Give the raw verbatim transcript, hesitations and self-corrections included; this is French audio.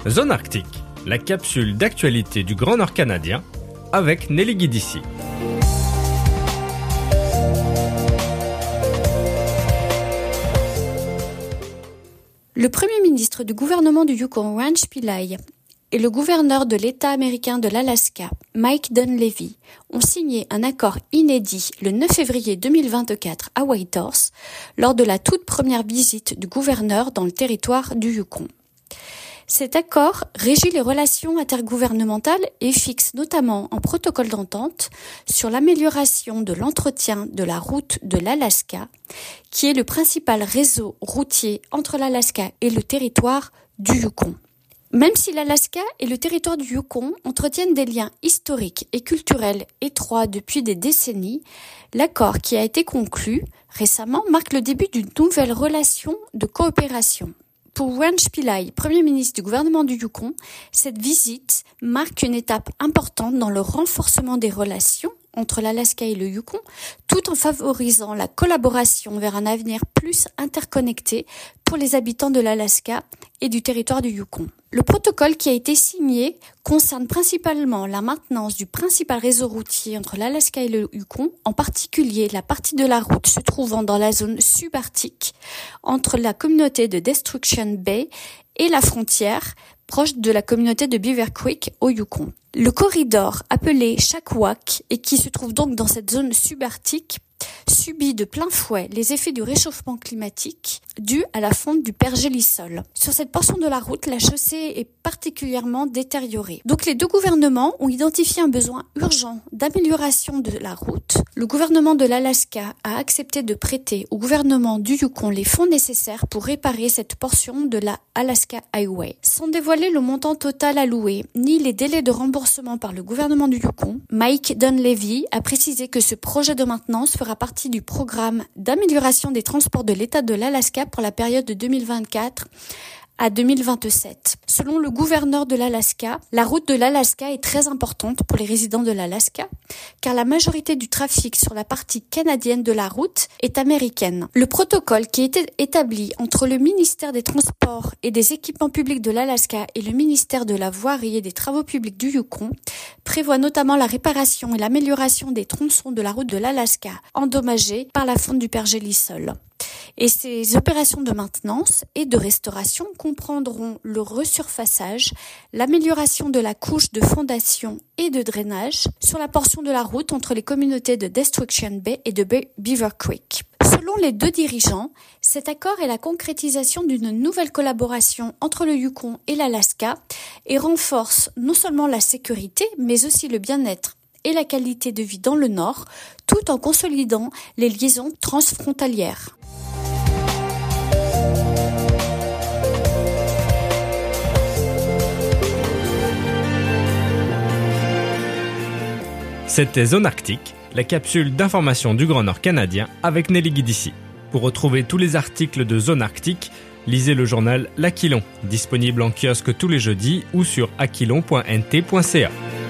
Zone Arctique, la capsule d'actualité du Grand Nord canadien avec Nelly Guidici. Le Premier ministre du gouvernement du Yukon, Reince Pillay, et le gouverneur de l'État américain de l'Alaska, Mike Dunleavy, ont signé un accord inédit le neuf février deux mille vingt-quatre à Whitehorse lors de la toute première visite du gouverneur dans le territoire du Yukon. Cet accord régit les relations intergouvernementales et fixe notamment un protocole d'entente sur l'amélioration de l'entretien de la route de l'Alaska, qui est le principal réseau routier entre l'Alaska et le territoire du Yukon. Même si l'Alaska et le territoire du Yukon entretiennent des liens historiques et culturels étroits depuis des décennies, l'accord qui a été conclu récemment marque le début d'une nouvelle relation de coopération. Pour Reince Pillay, Premier ministre du gouvernement du Yukon, cette visite marque une étape importante dans le renforcement des relations entre l'Alaska et le Yukon, tout en favorisant la collaboration vers un avenir plus interconnecté pour les habitants de l'Alaska et du territoire du Yukon. Le protocole qui a été signé concerne principalement la maintenance du principal réseau routier entre l'Alaska et le Yukon, en particulier la partie de la route se trouvant dans la zone subarctique entre la communauté de Destruction Bay et la frontière proche de la communauté de Beaver Creek au Yukon. Le corridor appelé Shakwak et qui se trouve donc dans cette zone subarctique subit de plein fouet les effets du réchauffement climatique dû à la fonte du pergélisol. Sur cette portion de la route, la chaussée est particulièrement détériorée. Donc les deux gouvernements ont identifié un besoin urgent d'amélioration de la route. Le gouvernement de l'Alaska a accepté de prêter au gouvernement du Yukon les fonds nécessaires pour réparer cette portion de la Alaska Highway. Sans dévoiler le montant total alloué, ni les délais de remboursement par le gouvernement du Yukon, Mike Dunleavy a précisé que ce projet de maintenance fera partie du programme d'amélioration des transports de l'État de l'Alaska pour la période de deux mille vingt-quatre à deux mille vingt-sept. Selon le gouverneur de l'Alaska, la route de l'Alaska est très importante pour les résidents de l'Alaska, car la majorité du trafic sur la partie canadienne de la route est américaine. Le protocole qui a été établi entre le ministère des Transports et des Équipements publics de l'Alaska et le ministère de la Voirie et des Travaux publics du Yukon prévoit notamment la réparation et l'amélioration des tronçons de la route de l'Alaska endommagés par la fonte du pergélisol. Et ces opérations de maintenance et de restauration comprendront le resurfaçage, l'amélioration de la couche de fondation et de drainage sur la portion de la route entre les communautés de Destruction Bay et de Beaver Creek. Selon les deux dirigeants, cet accord est la concrétisation d'une nouvelle collaboration entre le Yukon et l'Alaska et renforce non seulement la sécurité, mais aussi le bien-être et la qualité de vie dans le Nord, tout en consolidant les liaisons transfrontalières. C'était Zone Arctique, la capsule d'information du Grand Nord canadien avec Nelly Guidici. Pour retrouver tous les articles de Zone Arctique, lisez le journal L'Aquilon, disponible en kiosque tous les jeudis ou sur aquilon point n t point c a.